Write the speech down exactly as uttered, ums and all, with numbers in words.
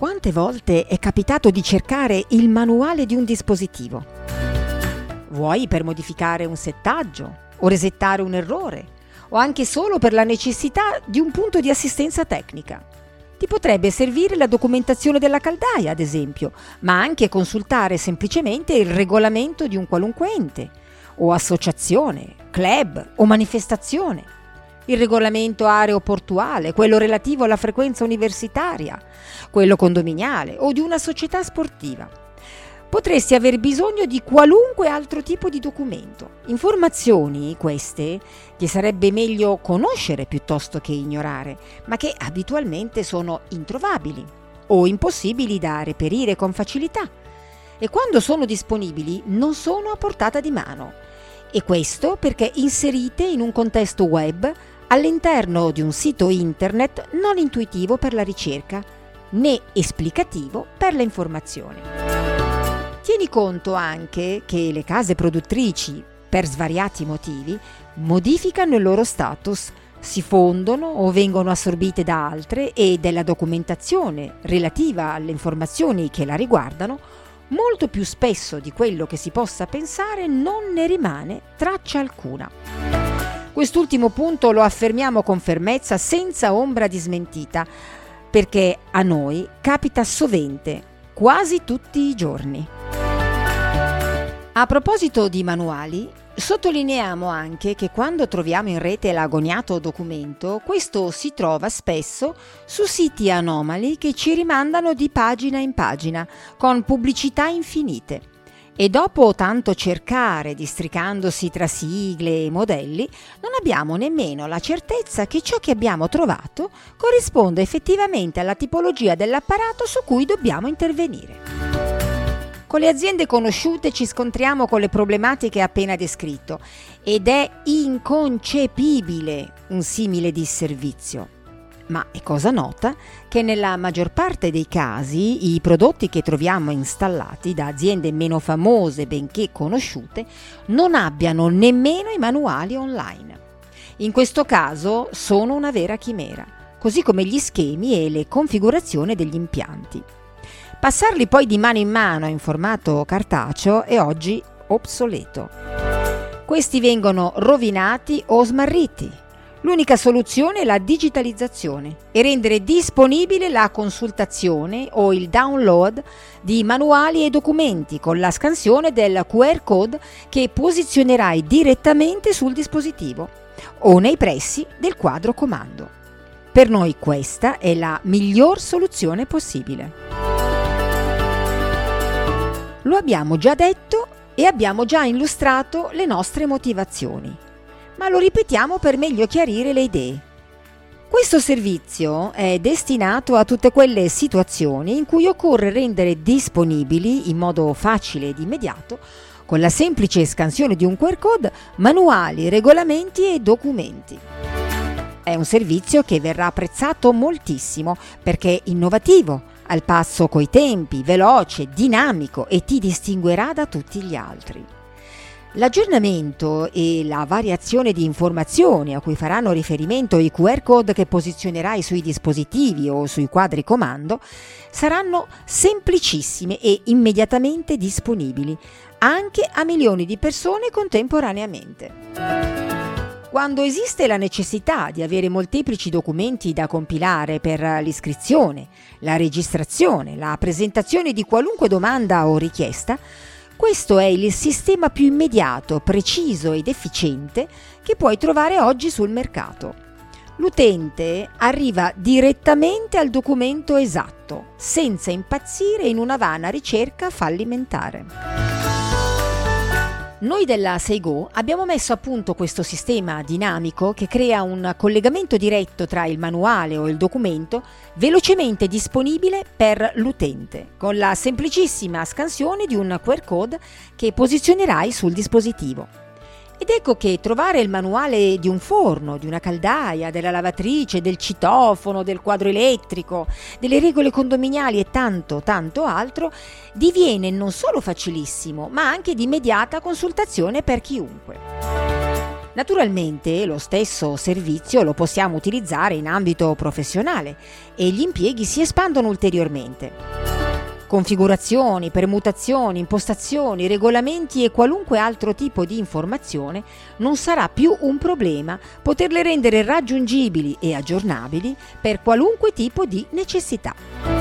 Quante volte è capitato di cercare il manuale di un dispositivo? Vuoi per modificare un settaggio o resettare un errore, o anche solo per la necessità di un punto di assistenza tecnica. Ti potrebbe servire la documentazione della caldaia, ad esempio, ma anche consultare semplicemente il regolamento di un qualunque ente, o associazione, club o manifestazione. Il regolamento aeroportuale, quello relativo alla frequenza universitaria, quello condominiale o di una società sportiva. Potresti aver bisogno di qualunque altro tipo di documento. Informazioni, queste, che sarebbe meglio conoscere piuttosto che ignorare, ma che abitualmente sono introvabili o impossibili da reperire con facilità. E quando sono disponibili non sono a portata di mano. E questo perché inserite in un contesto web all'interno di un sito internet non intuitivo per la ricerca, né esplicativo per le informazioni. Tieni conto anche che le case produttrici, per svariati motivi, modificano il loro status, si fondono o vengono assorbite da altre e della documentazione relativa alle informazioni che la riguardano, molto più spesso di quello che si possa pensare, non ne rimane traccia alcuna. Quest'ultimo punto lo affermiamo con fermezza, senza ombra di smentita, perché a noi capita sovente, quasi tutti i giorni. A proposito di manuali, sottolineiamo anche che quando troviamo in rete l'agognato documento, questo si trova spesso su siti anomali che ci rimandano di pagina in pagina, con pubblicità infinite. E dopo tanto cercare, districandosi tra sigle e modelli, non abbiamo nemmeno la certezza che ciò che abbiamo trovato corrisponda effettivamente alla tipologia dell'apparato su cui dobbiamo intervenire. Con le aziende conosciute ci scontriamo con le problematiche appena descritto ed è inconcepibile un simile disservizio. Ma è cosa nota che nella maggior parte dei casi i prodotti che troviamo installati da aziende meno famose benché conosciute non abbiano nemmeno i manuali online. In questo caso sono una vera chimera, così come gli schemi e le configurazioni degli impianti. Passarli poi di mano in mano in formato cartaceo è oggi obsoleto. Questi vengono rovinati o smarriti. L'unica soluzione è la digitalizzazione e rendere disponibile la consultazione o il download di manuali e documenti con la scansione del Q R code che posizionerai direttamente sul dispositivo o nei pressi del quadro comando. Per noi questa è la miglior soluzione possibile. Lo abbiamo già detto e abbiamo già illustrato le nostre motivazioni, ma lo ripetiamo per meglio chiarire le idee. Questo servizio è destinato a tutte quelle situazioni in cui occorre rendere disponibili in modo facile ed immediato, con la semplice scansione di un Q R code, manuali, regolamenti e documenti. È un servizio che verrà apprezzato moltissimo perché è innovativo, al passo coi tempi, veloce, dinamico e ti distinguerà da tutti gli altri. L'aggiornamento e la variazione di informazioni a cui faranno riferimento i Q R code che posizionerai sui dispositivi o sui quadri comando saranno semplicissime e immediatamente disponibili, anche a milioni di persone contemporaneamente. Quando esiste la necessità di avere molteplici documenti da compilare per l'iscrizione, la registrazione, la presentazione di qualunque domanda o richiesta, questo è il sistema più immediato, preciso ed efficiente che puoi trovare oggi sul mercato. L'utente arriva direttamente al documento esatto, senza impazzire in una vana ricerca fallimentare. Noi della SeiGo abbiamo messo a punto questo sistema dinamico che crea un collegamento diretto tra il manuale o il documento velocemente disponibile per l'utente, con la semplicissima scansione di un Q R code che posizionerai sul dispositivo. Ed ecco che trovare il manuale di un forno, di una caldaia, della lavatrice, del citofono, del quadro elettrico, delle regole condominiali e tanto, tanto altro diviene non solo facilissimo, ma anche di immediata consultazione per chiunque. Naturalmente lo stesso servizio lo possiamo utilizzare in ambito professionale e gli impieghi si espandono ulteriormente. Configurazioni, permutazioni, impostazioni, regolamenti e qualunque altro tipo di informazione non sarà più un problema poterle rendere raggiungibili e aggiornabili per qualunque tipo di necessità.